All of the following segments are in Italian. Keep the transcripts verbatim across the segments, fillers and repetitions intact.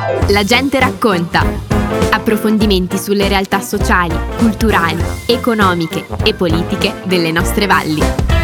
La gente racconta. Approfondimenti sulle realtà sociali, culturali, economiche e politiche delle nostre valli.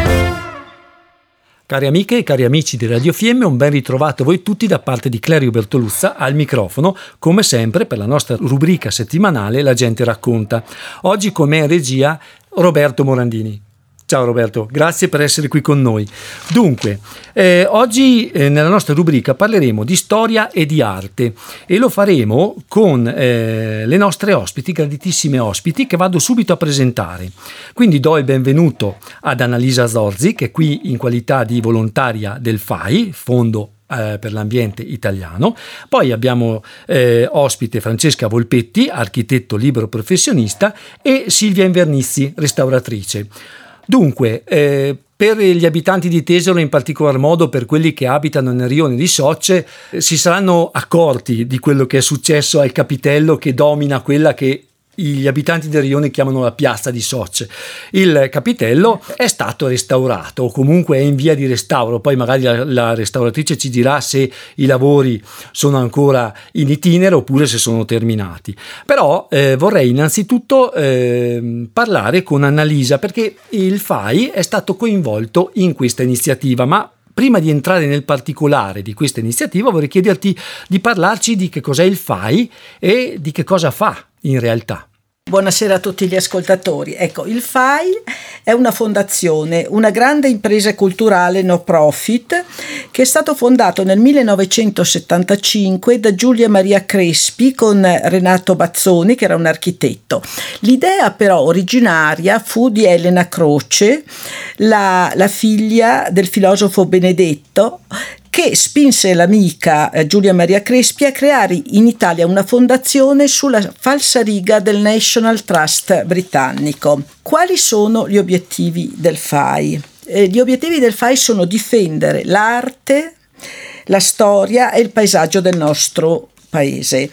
Cari amiche e cari amici di Radio Fiemme, un ben ritrovato a voi tutti da parte di Clerio Bertoluzza al microfono, come sempre per la nostra rubrica settimanale La gente racconta. Oggi con me in regia Roberto Morandini. Ciao Roberto, grazie per essere qui con noi. Dunque, eh, oggi eh, nella nostra rubrica parleremo di storia e di arte e lo faremo con eh, le nostre ospiti, graditissime ospiti, che vado subito a presentare. Quindi do il benvenuto ad Annalisa Zorzi, che è qui in qualità di volontaria del F A I, Fondo eh, per l'Ambiente Italiano. Poi abbiamo eh, ospite Francesca Volpetti, architetto libero professionista, e Silvia Invernizzi, restauratrice. Dunque, eh, per gli abitanti di Tesero, in particolar modo per quelli che abitano nel rione di Soce, eh, si saranno accorti di quello che è successo al capitello che domina quella che gli abitanti del rione chiamano la piazza di Soce. Il capitello è stato restaurato o comunque è in via di restauro, poi magari la, la restauratrice ci dirà se i lavori sono ancora in itinere oppure se sono terminati. Però eh, vorrei innanzitutto eh, parlare con Annalisa, perché il F A I è stato coinvolto in questa iniziativa, ma prima di entrare nel particolare di questa iniziativa vorrei chiederti di parlarci di che cos'è il F A I e di che cosa fa in realtà. Buonasera a tutti gli ascoltatori. Ecco, il F A I è una fondazione, una grande impresa culturale no profit che è stato fondato nel millenovecentosettantacinque da Giulia Maria Crespi con Renato Bazzoni, che era un architetto. L'idea però originaria fu di Elena Croce, la, la figlia del filosofo Benedetto, che spinse l'amica Giulia Maria Crespi a creare in Italia una fondazione sulla falsariga del National Trust britannico. Quali sono gli obiettivi del F A I? Eh, gli obiettivi del F A I sono difendere l'arte, la storia e il paesaggio del nostro paese.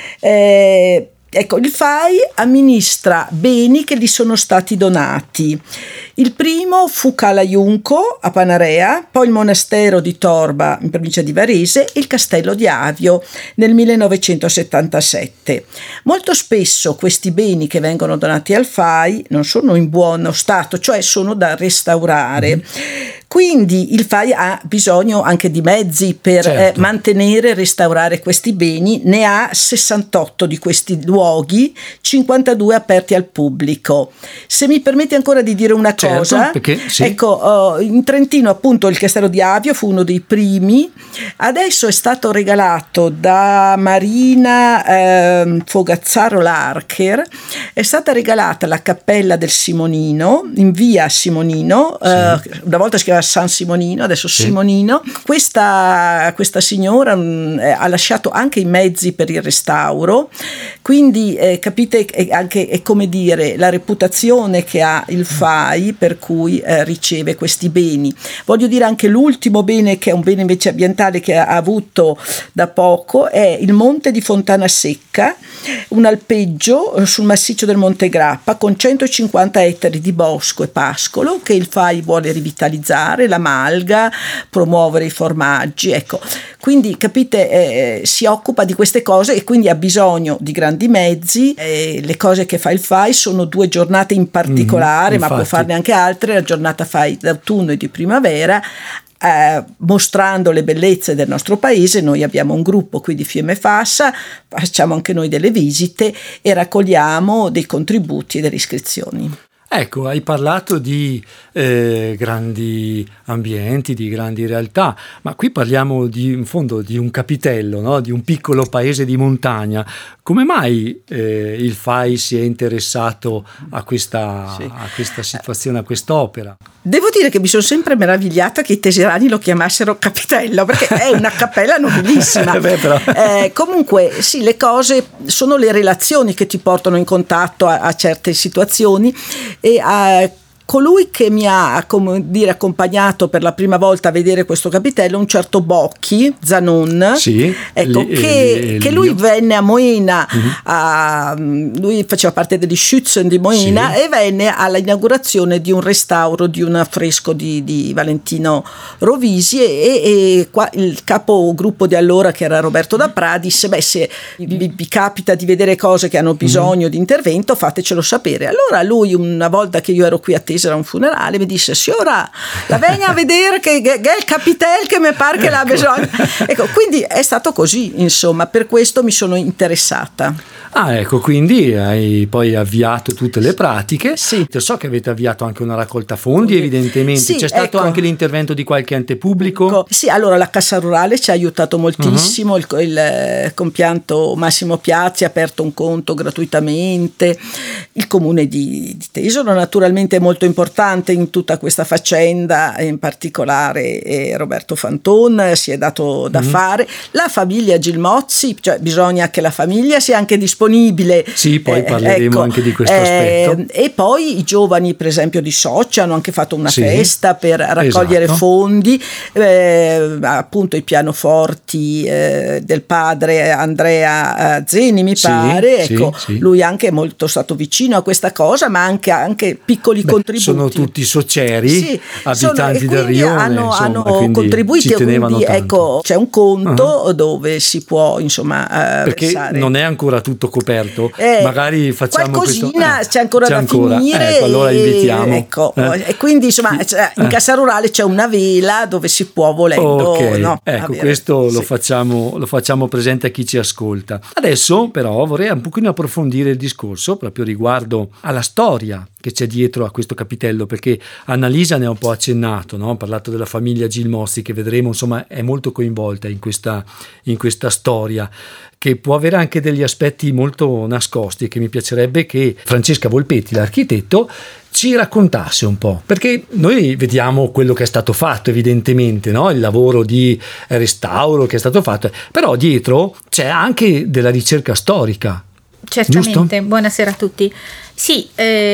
Eh, Ecco, il F A I amministra beni che gli sono stati donati. Il primo fu Cala Junco a Panarea, poi il monastero di Torba in provincia di Varese e il castello di Avio nel millenovecentosettantasette. Molto spesso questi beni che vengono donati al F A I non sono in buono stato, cioè sono da restaurare. Mm. Quindi il F A I ha bisogno anche di mezzi per certo. eh, mantenere e restaurare questi beni. Ne ha sessantotto di questi luoghi, cinquantadue aperti al pubblico. Se mi permetti ancora di dire una certo, cosa, perché, sì. ecco, uh, in Trentino appunto il castello di Avio fu uno dei primi, adesso è stato regalato da Marina eh, Fogazzaro Larcher, è stata regalata la cappella del Simonino in via Simonino, sì. uh, una volta si chiamava San Simonino, adesso sì. Simonino. Questa, questa signora mh, ha lasciato anche i mezzi per il restauro, quindi eh, capite è anche è come dire la reputazione che ha il F A I per cui eh, riceve questi beni. Voglio dire anche l'ultimo bene, che è un bene invece ambientale che ha avuto da poco, è il monte di Fontana Secca, un alpeggio sul massiccio del Monte Grappa con centocinquanta ettari di bosco e pascolo che il F A I vuole rivitalizzare, la malga, promuovere i formaggi, ecco. Quindi capite eh, si occupa di queste cose e quindi ha bisogno di grandi mezzi. Eh, le cose che fa il F A I sono due giornate in particolare, mm, ma può farne anche altre, la giornata F A I d'autunno e di primavera, Eh, mostrando le bellezze del nostro paese. Noi abbiamo un gruppo qui di Fiemme Fassa, facciamo anche noi delle visite e raccogliamo dei contributi e delle iscrizioni. Ecco, hai parlato di eh, grandi ambienti, di grandi realtà, ma qui parliamo di, in fondo di un capitello, no? Di un piccolo paese di montagna. Come mai eh, il F A I si è interessato a questa, sì. a questa situazione, a quest'opera? Devo dire che mi sono sempre meravigliata che i teserani lo chiamassero capitello, perché è una cappella nobilissima. Beh, però. Eh, comunque sì, le cose sono le relazioni che ti portano in contatto a, a certe situazioni e a colui che mi ha, come dire, accompagnato per la prima volta a vedere questo capitello, un certo Bocchi Zanon, sì, ecco, li, che, li, che li, lui li, venne a Moena, mm-hmm. a, lui faceva parte degli Schützen di Moena, sì. E venne all'inaugurazione di un restauro di un affresco di, di Valentino Rovisi, e, e qua il capogruppo di allora, che era Roberto D'Aprà, disse: beh, se vi, vi capita di vedere cose che hanno bisogno mm-hmm. di intervento, fatecelo sapere. Allora lui, una volta che io ero qui attesa era un funerale, mi disse: signora, la venga a vedere che, che, che è il capitel che mi pare che l'ha bisogno. Ecco, quindi è stato così, insomma, per questo mi sono interessata. Ah, ecco, quindi hai poi avviato tutte le pratiche. Sì. So che avete avviato anche una raccolta fondi, evidentemente. Sì, c'è stato ecco. anche l'intervento di qualche ente pubblico? Ecco. Sì, allora la Cassa Rurale ci ha aiutato moltissimo, uh-huh. il, il compianto Massimo Piazzi ha aperto un conto gratuitamente, il comune di, di Tesero naturalmente è molto importante in tutta questa faccenda, in particolare eh, Roberto Fanton si è dato da uh-huh. fare, la famiglia Gilmozzi, cioè bisogna che la famiglia sia anche disponibile. Sì, poi eh, parleremo ecco, anche di questo eh, aspetto. E poi i giovani, per esempio di Soci, hanno anche fatto una sì, festa per raccogliere esatto. fondi, eh, appunto i pianoforti eh, del padre Andrea Zeni, mi sì, pare, ecco, sì, sì. lui anche è molto stato vicino a questa cosa, ma anche, anche piccoli Beh, contributi. Sono tutti socieri, sì, abitanti sono, del rione, hanno, insomma, hanno quindi contribuito, ci tenevano quindi tanto. Ecco, c'è un conto uh-huh. dove si può, insomma, uh, perché versare. Non è ancora tutto coperto, eh, magari facciamo qualcosina questo, eh, c'è ancora c'è da ancora. finire, ecco, allora invitiamo, ecco, eh. e quindi insomma in Cassa Rurale c'è una vela dove si può, volendo, okay. no, ecco, avere, questo sì. lo facciamo lo facciamo presente a chi ci ascolta. Adesso però vorrei un pochino approfondire il discorso proprio riguardo alla storia che c'è dietro a questo capitello, perché Annalisa ne ha un po' accennato, no? Ha parlato della famiglia Gilmozzi, che vedremo insomma è molto coinvolta in questa, in questa storia, che può avere anche degli aspetti molto nascosti, che mi piacerebbe che Francesca Volpetti, l'architetto, ci raccontasse un po', perché noi vediamo quello che è stato fatto evidentemente, no? Il lavoro di restauro che è stato fatto, però dietro c'è anche della ricerca storica. Certamente, giusto? Buonasera a tutti. Sì,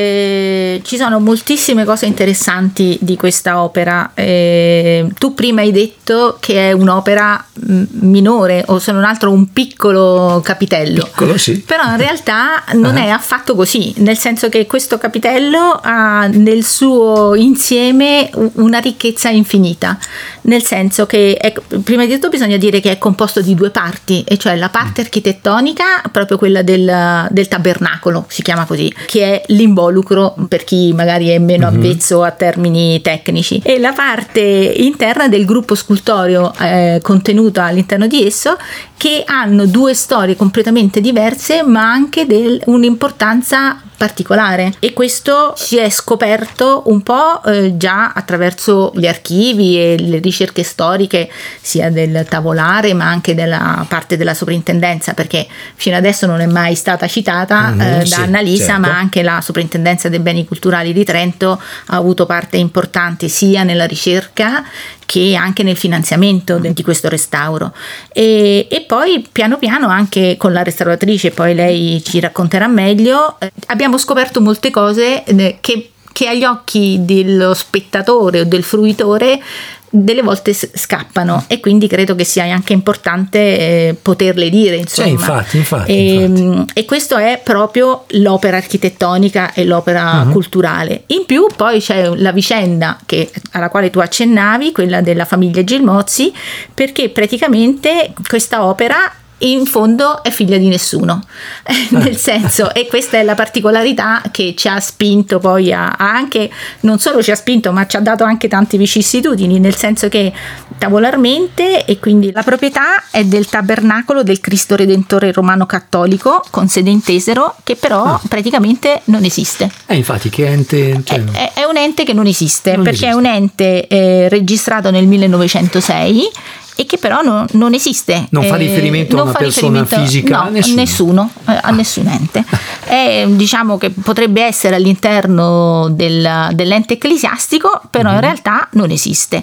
eh, ci sono moltissime cose interessanti di questa opera. Eh, tu prima hai detto che è un'opera mh, minore, o se non altro un piccolo capitello. Piccolo, sì. Però in realtà non uh-huh. è affatto così, nel senso che questo capitello ha nel suo insieme una ricchezza infinita, nel senso che è, prima di tutto bisogna dire che è composto di due parti, e cioè la parte architettonica, proprio quella del, del tabernacolo, si chiama così, che è l'involucro per chi magari è meno avvezzo a termini tecnici, e la parte interna del gruppo scultoreo eh, contenuto all'interno di esso, che hanno due storie completamente diverse ma anche del, un'importanza particolare, e questo si è scoperto un po' eh, già attraverso gli archivi e le ricerche storiche sia del tavolare ma anche della parte della soprintendenza, perché fino adesso non è mai stata citata mm-hmm, eh, da sì, Annalisa, certo. Ma anche la soprintendenza dei beni culturali di Trento ha avuto parte importante sia nella ricerca che anche nel finanziamento de, di questo restauro, e, e poi piano piano anche con la restauratrice, poi lei ci racconterà meglio, eh, abbiamo scoperto molte cose eh, che, che agli occhi dello spettatore o del fruitore delle volte scappano, e quindi credo che sia anche importante eh, poterle dire, insomma. Sì, infatti, infatti, e, infatti. E questo è proprio l'opera architettonica e l'opera uh-huh. culturale. In più poi c'è la vicenda che, alla quale tu accennavi, quella della famiglia Gilmozzi, perché praticamente questa opera in fondo è figlia di nessuno, nel senso, e questa è la particolarità che ci ha spinto poi a, a anche, non solo ci ha spinto ma ci ha dato anche tante vicissitudini, nel senso che tavolarmente, e quindi la proprietà è del tabernacolo del Cristo Redentore Romano Cattolico con sede in Tesero, che però ah. praticamente non esiste. Eh, infatti che ente? Cioè... È, è un ente che non esiste, non perché esiste. È un ente eh, registrato nel millenovecentosei e che però no, non esiste. Non fa riferimento eh, a una persona fisica? No, a nessuno, nessuno eh, a nessun ente. È, diciamo che potrebbe essere all'interno del, dell'ente ecclesiastico, però mm-hmm. in realtà non esiste.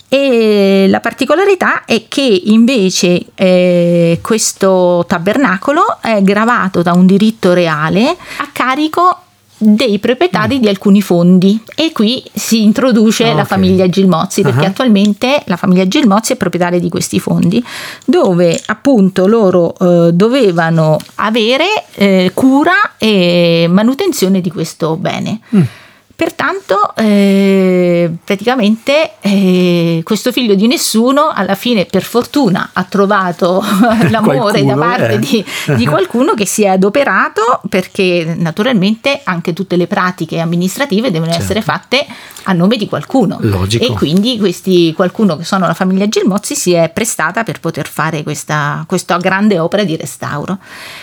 E la particolarità è che invece eh, questo tabernacolo è gravato da un diritto reale a carico dei proprietari mm. di alcuni fondi, e qui si introduce oh, la okay. famiglia Gilmozzi, perché uh-huh. attualmente la famiglia Gilmozzi è proprietaria di questi fondi, dove appunto loro eh, dovevano avere eh, cura e manutenzione di questo bene. Mm. Pertanto eh, praticamente eh, questo figlio di nessuno alla fine, per fortuna, ha trovato l'amore qualcuno, da parte eh. di, di qualcuno che si è adoperato, perché naturalmente anche tutte le pratiche amministrative devono certo. essere fatte a nome di qualcuno. Logico. E quindi questi qualcuno, che sono la famiglia Gilmozzi, si è prestata per poter fare questa, questa grande opera di restauro.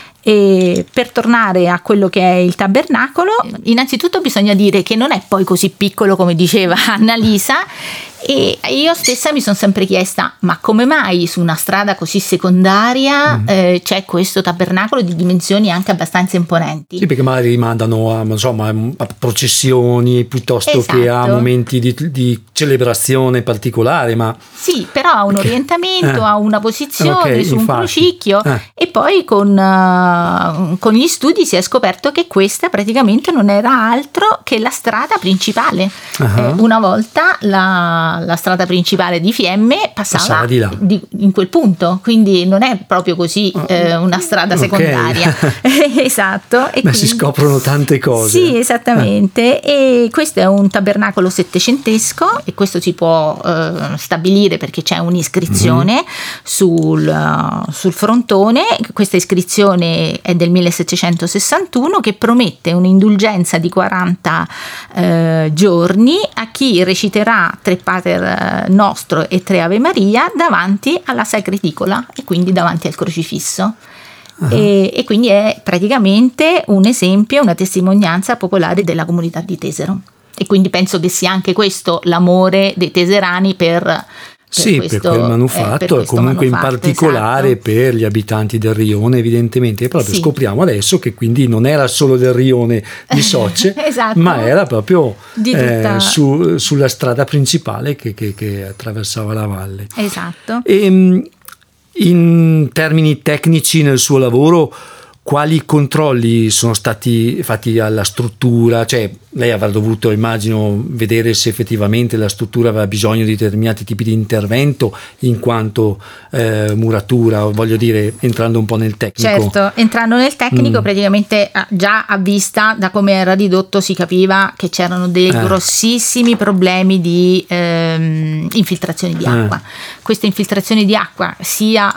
E per tornare a quello che è il tabernacolo, innanzitutto bisogna dire che non è poi così piccolo come diceva Annalisa, e io stessa mi sono sempre chiesta: ma come mai su una strada così secondaria mm. eh, c'è questo tabernacolo di dimensioni anche abbastanza imponenti? Sì, perché magari rimandano a, insomma, a processioni piuttosto esatto. che a momenti di, di celebrazione particolare, ma sì, però ha un orientamento, eh. ha una posizione okay, su infatti. un crocicchio eh. e poi con, uh, con gli studi si è scoperto che questa praticamente non era altro che la strada principale. Uh-huh. Eh, una volta la la strada principale di Fiemme passava, passava di là. Di, in quel punto, quindi non è proprio così eh, una strada okay. secondaria. Esatto. E Beh, quindi, si scoprono tante cose. Sì, esattamente. Eh. E questo è un tabernacolo settecentesco, e questo si può eh, stabilire perché c'è un'iscrizione mm-hmm. sul, uh, sul frontone. Questa iscrizione è del millesettecentosessantuno, che promette un'indulgenza di quaranta eh, giorni a chi reciterà tre Pater Nostro e tre Ave Maria davanti alla Sacra Edicola, e quindi davanti al crocifisso. Uh-huh. E, e quindi è praticamente un esempio, una testimonianza popolare della comunità di Tesero, e quindi penso che sia anche questo l'amore dei teserani per Per sì, questo, per quel manufatto eh, e comunque manufatto, in particolare esatto. per gli abitanti del rione, evidentemente. E proprio sì. scopriamo adesso che quindi non era solo del rione di Soce, esatto. ma era proprio tutta... eh, su, sulla strada principale che, che, che attraversava la valle. Esatto. E, in termini tecnici nel suo lavoro, quali controlli sono stati fatti alla struttura? Cioè, lei avrà dovuto, immagino, vedere se effettivamente la struttura aveva bisogno di determinati tipi di intervento in quanto eh, muratura, voglio dire, entrando un po' nel tecnico. Certo, entrando nel tecnico, mm. praticamente già a vista, da come era ridotto, si capiva che c'erano dei eh. grossissimi problemi di ehm, infiltrazione di acqua. Eh. Queste infiltrazioni di acqua, sia,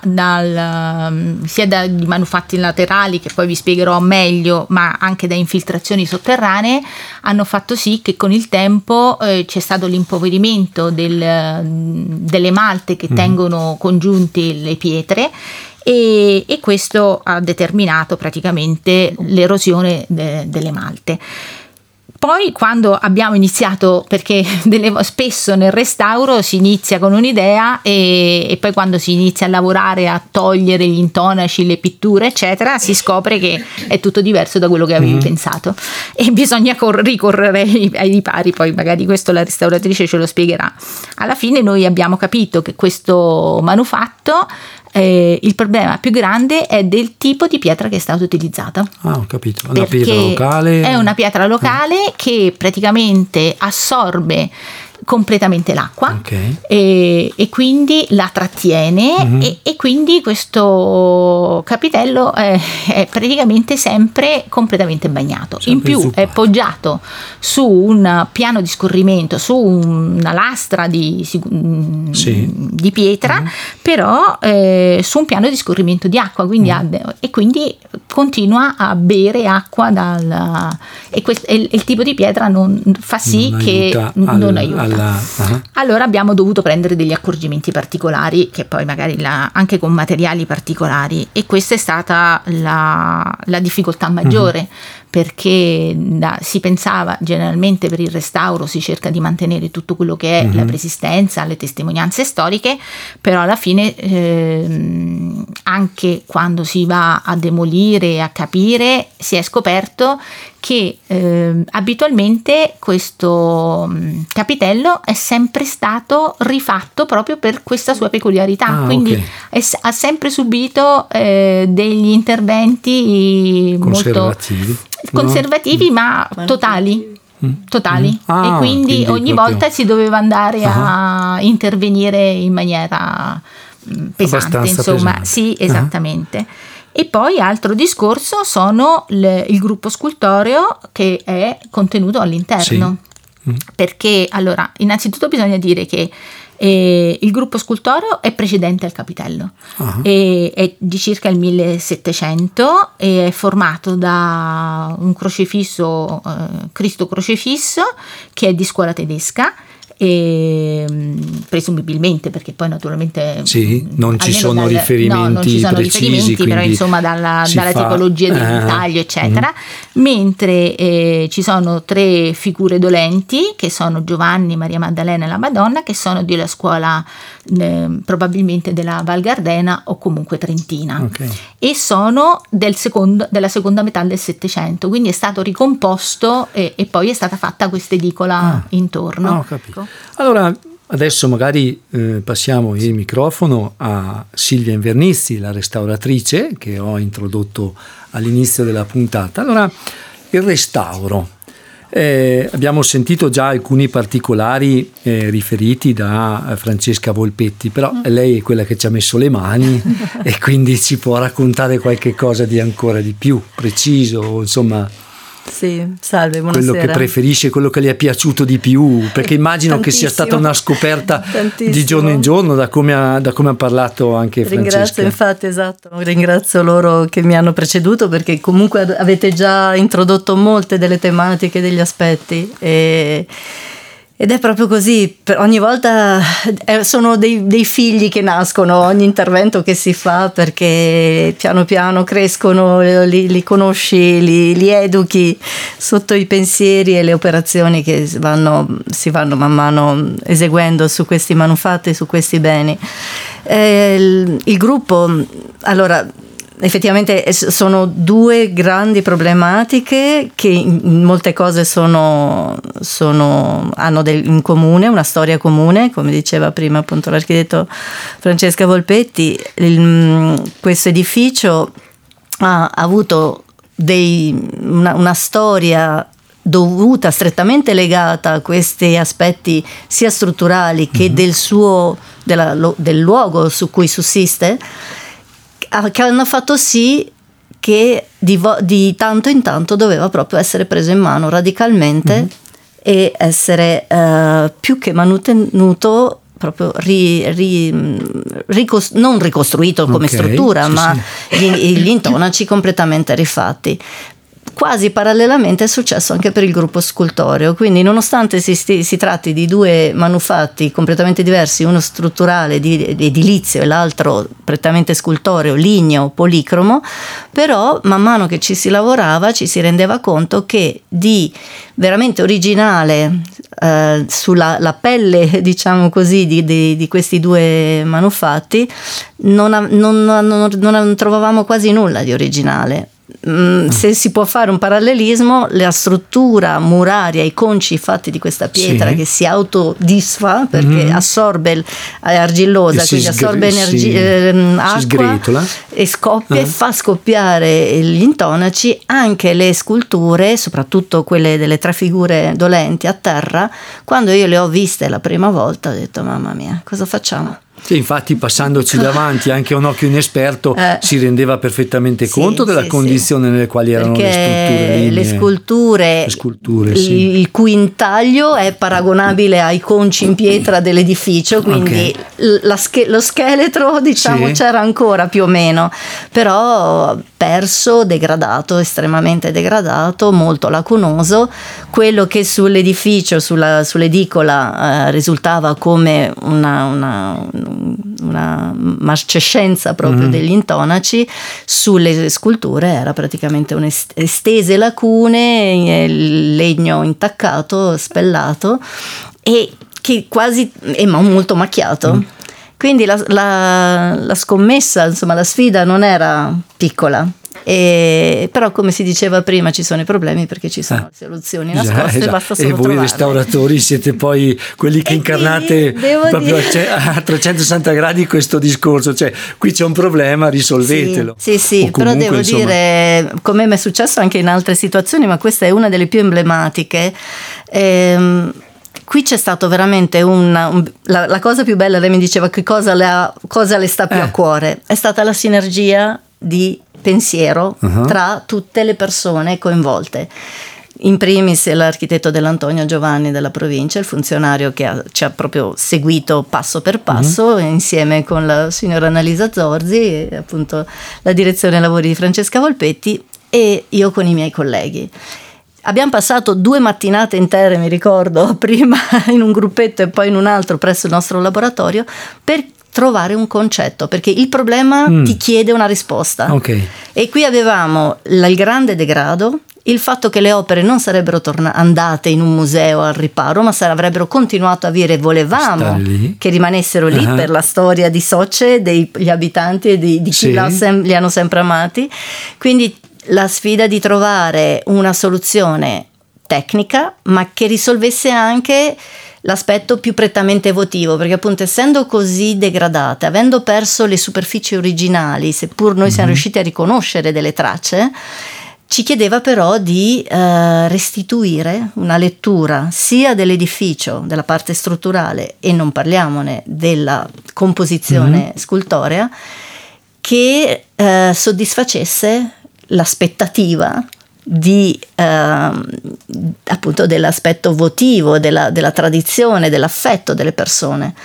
dal, sia dai manufatti laterali, che poi vi spiegherò meglio, ma anche da infiltrazioni sotterranee, hanno fatto sì che con il tempo eh, c'è stato l'impoverimento del, delle malte che mm. tengono congiunti le pietre, e, e questo ha determinato praticamente l'erosione de, delle malte. Poi quando abbiamo iniziato, perché delle, spesso nel restauro si inizia con un'idea e, e poi quando si inizia a lavorare a togliere gli intonaci, le pitture eccetera, si scopre che è tutto diverso da quello che avevi mm. pensato, e bisogna cor- ricorrere ai, ai ripari. Poi magari questo la restauratrice ce lo spiegherà. Alla fine noi abbiamo capito che questo manufatto, Eh, il problema più grande è del tipo di pietra che è stata utilizzata. Ah, ho capito. Una pietra locale. È una pietra locale ah. che praticamente assorbe completamente l'acqua, okay. e, e quindi la trattiene, mm-hmm. e, e quindi questo capitello è, è praticamente sempre completamente bagnato. Sempre in più zuppato. È poggiato su un piano di scorrimento, su una lastra di, sì. di pietra, mm-hmm. però eh, su un piano di scorrimento di acqua, quindi mm. ha, e quindi continua a bere acqua dal, e, quest, e il tipo di pietra non fa sì non che aiuta non al, aiuta. Alla, uh-huh. Allora abbiamo dovuto prendere degli accorgimenti particolari, che poi magari la, anche con materiali particolari, e questa è stata la, la difficoltà maggiore, uh-huh. perché da, si pensava generalmente per il restauro si cerca di mantenere tutto quello che è uh-huh. la preesistenza, le testimonianze storiche, però alla fine ehm, anche quando si va a demolire, a capire, si è scoperto che eh, abitualmente questo mh, capitello è sempre stato rifatto proprio per questa sua peculiarità, ah, quindi okay. è, ha sempre subito eh, degli interventi conservativi. molto conservativi, no? ma totali. totali mm. ah, e quindi, quindi ogni proprio... volta si doveva andare uh-huh. a intervenire in maniera pesante, abbastanza insomma pesante. Sì, esattamente. Uh-huh. E poi altro discorso sono le, il gruppo scultoreo che è contenuto all'interno, sì. mm. perché allora innanzitutto bisogna dire che E il gruppo scultoreo è precedente al capitello, uh-huh. e è di circa il millesettecento e è formato da un crocifisso, eh, Cristo crocifisso, che è di scuola tedesca, e presumibilmente, perché poi naturalmente sì, non ci sono dal, riferimenti no, non ci sono precisi, riferimenti, però insomma dalla, dalla fa, tipologia del eh, taglio eccetera, mm. mentre eh, ci sono tre figure dolenti che sono Giovanni, Maria Maddalena e la Madonna, che sono della scuola eh, probabilmente della Val Gardena o comunque trentina, okay. e sono del secondo, della seconda metà del Settecento, quindi è stato ricomposto e, e poi è stata fatta questa edicola ah. intorno. Ah, ho capito. Allora adesso magari eh, passiamo il microfono a Silvia Invernizzi, la restauratrice che ho introdotto all'inizio della puntata. Allora, il restauro. Eh, abbiamo sentito già alcuni particolari eh, riferiti da Francesca Volpetti, però lei è quella che ci ha messo le mani e quindi ci può raccontare qualche cosa di ancora di più preciso, insomma. Sì, salve, buonasera. Quello che preferisce, quello che le è piaciuto di più, perché immagino che sia stata una scoperta Tantissimo. di giorno in giorno, da come ha, da come ha parlato anche Francesca. Ringrazio, infatti, esatto, ringrazio loro che mi hanno preceduto, perché comunque avete già introdotto molte delle tematiche, degli aspetti, e ed è proprio così, ogni volta sono dei, dei figli che nascono, ogni intervento che si fa, perché piano piano crescono, li, li conosci, li, li educhi sotto i pensieri e le operazioni che vanno, si vanno man mano eseguendo su questi manufatti, su questi beni. Eh, il, il gruppo, allora, effettivamente sono due grandi problematiche che in molte cose sono, sono, hanno del, in comune, una storia comune, come diceva prima appunto l'architetto Francesca Volpetti. Il, questo edificio ha avuto dei, una, una storia dovuta, strettamente legata a questi aspetti sia strutturali che mm-hmm. del suo, della, lo, del luogo su cui sussiste, che hanno fatto sì che di, di tanto in tanto doveva proprio essere preso in mano radicalmente mm-hmm. e essere uh, più che manutenuto, proprio ri, ri, ricost- non ricostruito come okay, struttura, sì, ma sì. Gli, gli intonaci completamente rifatti. Quasi parallelamente è successo anche per il gruppo scultoreo, quindi nonostante si, sti, si tratti di due manufatti completamente diversi, uno strutturale di, di edilizio e l'altro prettamente scultoreo, ligneo, policromo, però man mano che ci si lavorava ci si rendeva conto che di veramente originale eh, sulla la pelle, diciamo così, di, di, di questi due manufatti non, non, non, non trovavamo quasi nulla di originale. Se si può fare un parallelismo, la struttura muraria, i conci fatti di questa pietra sì. che si autodisfa perché mm. assorbe, è argillosa, e quindi assorbe sgri- energia, si, eh, acqua e scoppia, uh-huh. e fa scoppiare gli intonaci. Anche le sculture, soprattutto quelle delle tre figure dolenti a terra, quando io le ho viste la prima volta ho detto mamma mia, cosa facciamo? Sì, infatti passandoci davanti anche un occhio inesperto eh, si rendeva perfettamente conto sì, della sì, condizione sì. nelle quali erano perché le strutture lignee. le sculture, le sculture il, sì. il cui intaglio è paragonabile ai conci in pietra dell'edificio, quindi okay. la, lo scheletro diciamo sì. c'era ancora più o meno, però perso, degradato, estremamente degradato, molto lacunoso. Quello che sull'edificio, sulla, sull'edicola eh, risultava come una, una, una marcescenza proprio mm. degli intonaci, sulle sculture era praticamente un'estese lacune, legno intaccato, spellato e che quasi è molto macchiato. Mm. Quindi la, la, la scommessa, insomma la sfida non era piccola. E, però come si diceva prima, ci sono i problemi perché ci sono eh. soluzioni nascoste, Già, basta solo e voi trovarle. Restauratori siete poi quelli che e incarnate proprio a trecentosessanta gradi questo discorso, cioè qui c'è un problema, risolvetelo. Sì, sì, sì comunque, però devo insomma... dire, come mi è successo anche in altre situazioni, ma questa è una delle più emblematiche. Ehm, Qui c'è stato veramente una, un, la, la cosa più bella, lei mi diceva che cosa le, ha, cosa le sta più eh. a cuore, è stata la sinergia di pensiero uh-huh. tra tutte le persone coinvolte. In primis l'architetto dell'Antonio Giovanni della provincia, il funzionario che ha, ci ha proprio seguito passo per passo, uh-huh. insieme con la signora Annalisa Zorzi e appunto la direzione lavori di Francesca Volpetti e io con i miei colleghi. Abbiamo passato due mattinate intere, mi ricordo, prima in un gruppetto e poi in un altro presso il nostro laboratorio per trovare un concetto, perché il problema mm. ti chiede una risposta. Okay. E qui avevamo il grande degrado, il fatto che le opere non sarebbero torna- andate in un museo al riparo, ma avrebbero continuato a vivere. Volevamo che rimanessero lì uh-huh. per la storia di Soce, degli abitanti e di, di chi sì. sem- li hanno sempre amati. Quindi la sfida di trovare una soluzione tecnica, ma che risolvesse anche l'aspetto più prettamente votivo, perché appunto essendo così degradate, avendo perso le superfici originali, seppur noi mm-hmm. siamo riusciti a riconoscere delle tracce, ci chiedeva però di eh, restituire una lettura sia dell'edificio, della parte strutturale, e non parliamone della composizione mm-hmm. scultorea, che eh, soddisfacesse l'aspettativa di eh, appunto dell'aspetto votivo, della, della tradizione, dell'affetto delle persone.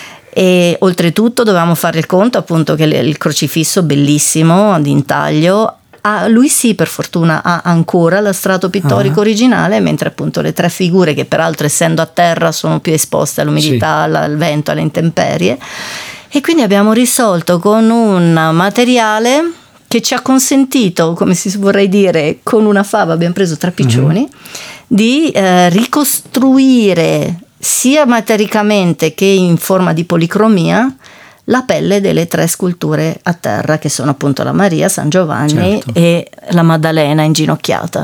E oltretutto dovevamo fare il conto appunto che il crocifisso bellissimo d'intaglio, ah, lui sì per fortuna ha ancora l'astrato pittorico uh-huh. originale, mentre appunto le tre figure, che peraltro essendo a terra sono più esposte all'umidità, sì. al vento, alle intemperie, e quindi abbiamo risolto con un materiale che ci ha consentito, come si vorrei dire, con una fava, abbiamo preso tre piccioni, uh-huh. di eh, ricostruire sia matericamente che in forma di policromia la pelle delle tre sculture a terra, che sono appunto la Maria, San Giovanni certo. e la Maddalena inginocchiata.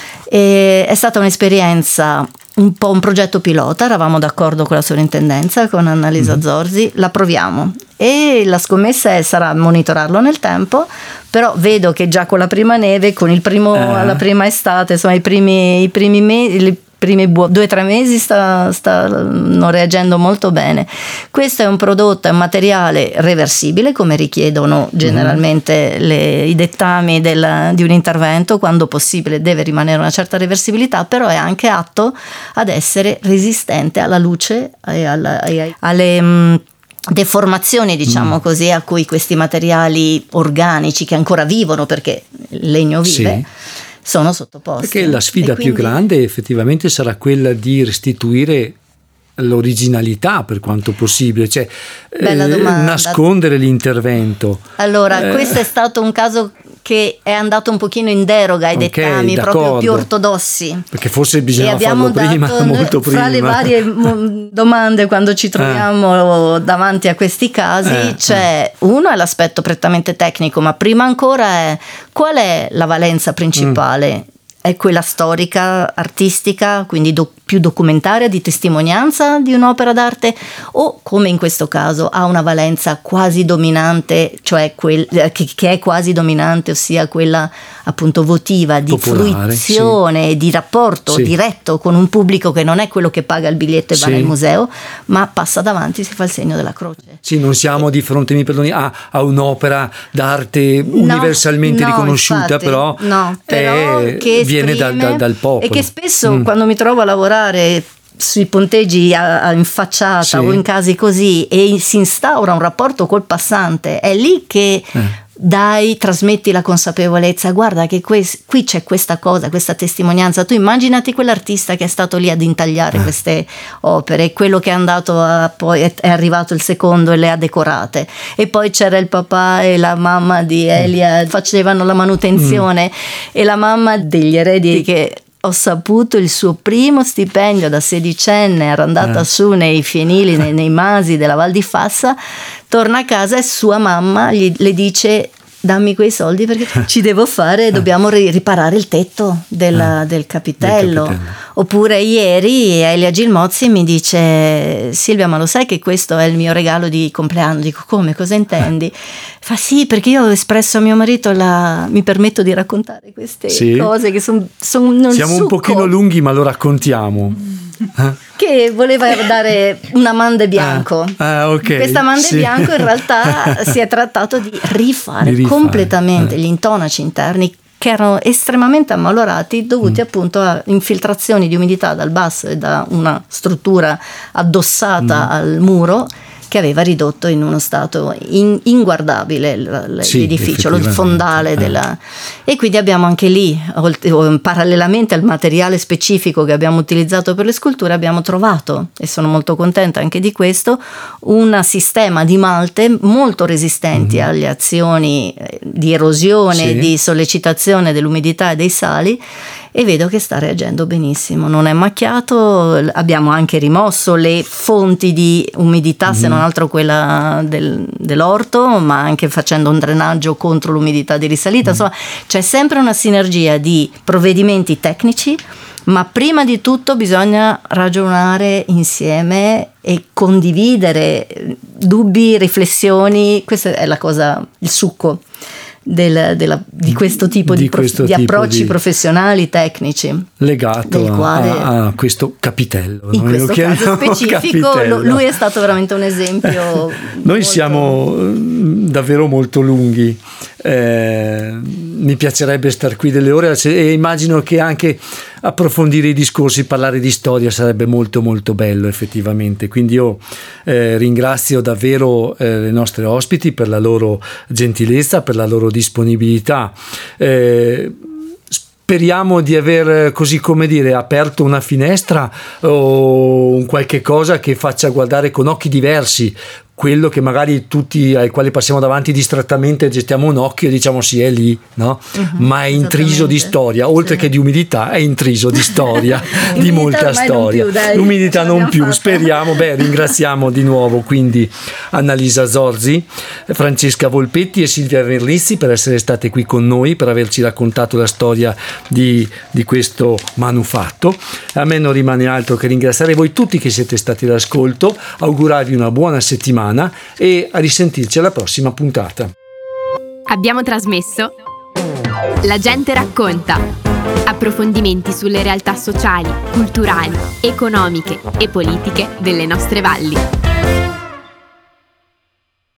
E è stata un'esperienza, un po' un progetto pilota, eravamo d'accordo con la sovrintendenza, con Annalisa mm. Zorzi, la proviamo e la scommessa è, sarà monitorarlo nel tempo, però vedo che già con la prima neve, con il primo, eh. la prima estate, insomma i primi, i primi mesi, i primi bu- due o tre mesi sta, stanno reagendo molto bene. Questo è un prodotto, è un materiale reversibile, come richiedono generalmente mm. le, i dettami del, di un intervento. Quando possibile deve rimanere una certa reversibilità, però è anche atto ad essere resistente alla luce e alla, e alle mh, deformazioni, diciamo mm. così, a cui questi materiali organici che ancora vivono, perché il legno vive, sì. sono sottoposti. Perché la sfida quindi... più grande effettivamente sarà quella di restituire l'originalità per quanto possibile, cioè eh, nascondere l'intervento. Allora, eh. questo è stato un caso che è andato un pochino in deroga ai okay, dettami d'accordo. proprio più ortodossi, perché forse bisognava farlo prima, dato, molto prima. Fra le varie domande quando ci troviamo eh. davanti a questi casi eh. c'è eh. uno è l'aspetto prettamente tecnico, ma prima ancora è qual è la valenza principale? Mm. È quella storica, artistica, quindi do, più documentaria, di testimonianza di un'opera d'arte, o come in questo caso ha una valenza quasi dominante, cioè quel, che, che è quasi dominante, ossia quella appunto votiva, di popolare, fruizione, sì. di rapporto sì. diretto con un pubblico che non è quello che paga il biglietto e va sì. nel museo, ma passa davanti, si fa il segno della croce. Sì, non siamo e, di fronte, mi perdoni, a, a un'opera d'arte no, universalmente no, riconosciuta, infatti, però, no, però è, che viene dal, dal, dal popolo. E che spesso mm. quando mi trovo a lavorare sui ponteggi a, a, in facciata sì. o in casi così e si instaura un rapporto col passante, è lì che eh. dai, trasmetti la consapevolezza, guarda che que- qui c'è questa cosa, questa testimonianza, tu immaginati quell'artista che è stato lì ad intagliare eh. queste opere, quello che è andato a, poi è, è arrivato il secondo e le ha decorate, e poi c'era il papà e la mamma di Elia mm. facevano la manutenzione mm. e la mamma degli eredi che ho saputo il suo primo stipendio da sedicenne, era andata eh. su nei fienili, nei, nei masi della Val di Fassa, torna a casa e sua mamma gli, le dice dammi quei soldi perché ci devo fare, dobbiamo riparare il tetto del, eh, del capitello. del capitello. Oppure ieri Elia Gilmozzi mi dice: Silvia, ma lo sai che questo è il mio regalo di compleanno? Dico: come, cosa intendi? Fa: sì, perché io ho espresso a mio marito la... mi permetto di raccontare queste sì. cose che sono son siamo un pochino lunghi, ma lo raccontiamo. Che voleva dare un amande bianco. Ah, ah, okay. Questo amande sì. bianco in realtà si è trattato di rifare, di rifare. completamente eh. gli intonaci interni, che erano estremamente ammalorati, dovuti mm. appunto a infiltrazioni di umidità dal basso e da una struttura addossata mm. al muro, che aveva ridotto in uno stato in, inguardabile l'edificio, sì, il fondale eh. della... E quindi abbiamo anche lì, parallelamente al materiale specifico che abbiamo utilizzato per le sculture, abbiamo trovato, e sono molto contenta anche di questo, un sistema di malte molto resistenti mm-hmm. alle azioni di erosione, sì. di sollecitazione dell'umidità e dei sali, e vedo che sta reagendo benissimo, non è macchiato. Abbiamo anche rimosso le fonti di umidità, mm-hmm. se non altro quella del, dell'orto, ma anche facendo un drenaggio contro l'umidità di risalita. Mm-hmm. Insomma, c'è sempre una sinergia di provvedimenti tecnici, ma prima di tutto bisogna ragionare insieme e condividere dubbi, riflessioni. Questa è la cosa, il succo Del, della, di questo tipo di, di, prof, questo di tipo approcci di professionali tecnici legato a, quale, a, a questo capitello. In questo caso specifico lui è stato veramente un esempio. Noi molto... siamo davvero molto lunghi, eh, mi piacerebbe star qui delle ore e immagino che anche approfondire i discorsi, parlare di storia sarebbe molto molto bello effettivamente. Quindi io eh, ringrazio davvero eh, le nostre ospiti per la loro gentilezza, per la loro disponibilità. Eh, speriamo di aver, così come dire, aperto una finestra o un qualche cosa che faccia guardare con occhi diversi quello che magari tutti ai quali passiamo davanti distrattamente gestiamo un occhio e diciamo sì, è lì, no? Uh-huh, ma è intriso di storia, oltre sì. che di umidità, è intriso di storia, di molta storia. Non più, dai, l'umidità non più, fatta. Speriamo. Beh, ringraziamo di nuovo quindi Annalisa Zorzi, Francesca Volpetti e Silvia Merlizzi per essere state qui con noi, per averci raccontato la storia di, di questo manufatto. A me non rimane altro che ringraziare voi tutti che siete stati all'ascolto, augurarvi una buona settimana e a risentirci alla prossima puntata. Abbiamo trasmesso La gente racconta. Approfondimenti sulle realtà sociali, culturali, economiche e politiche delle nostre valli.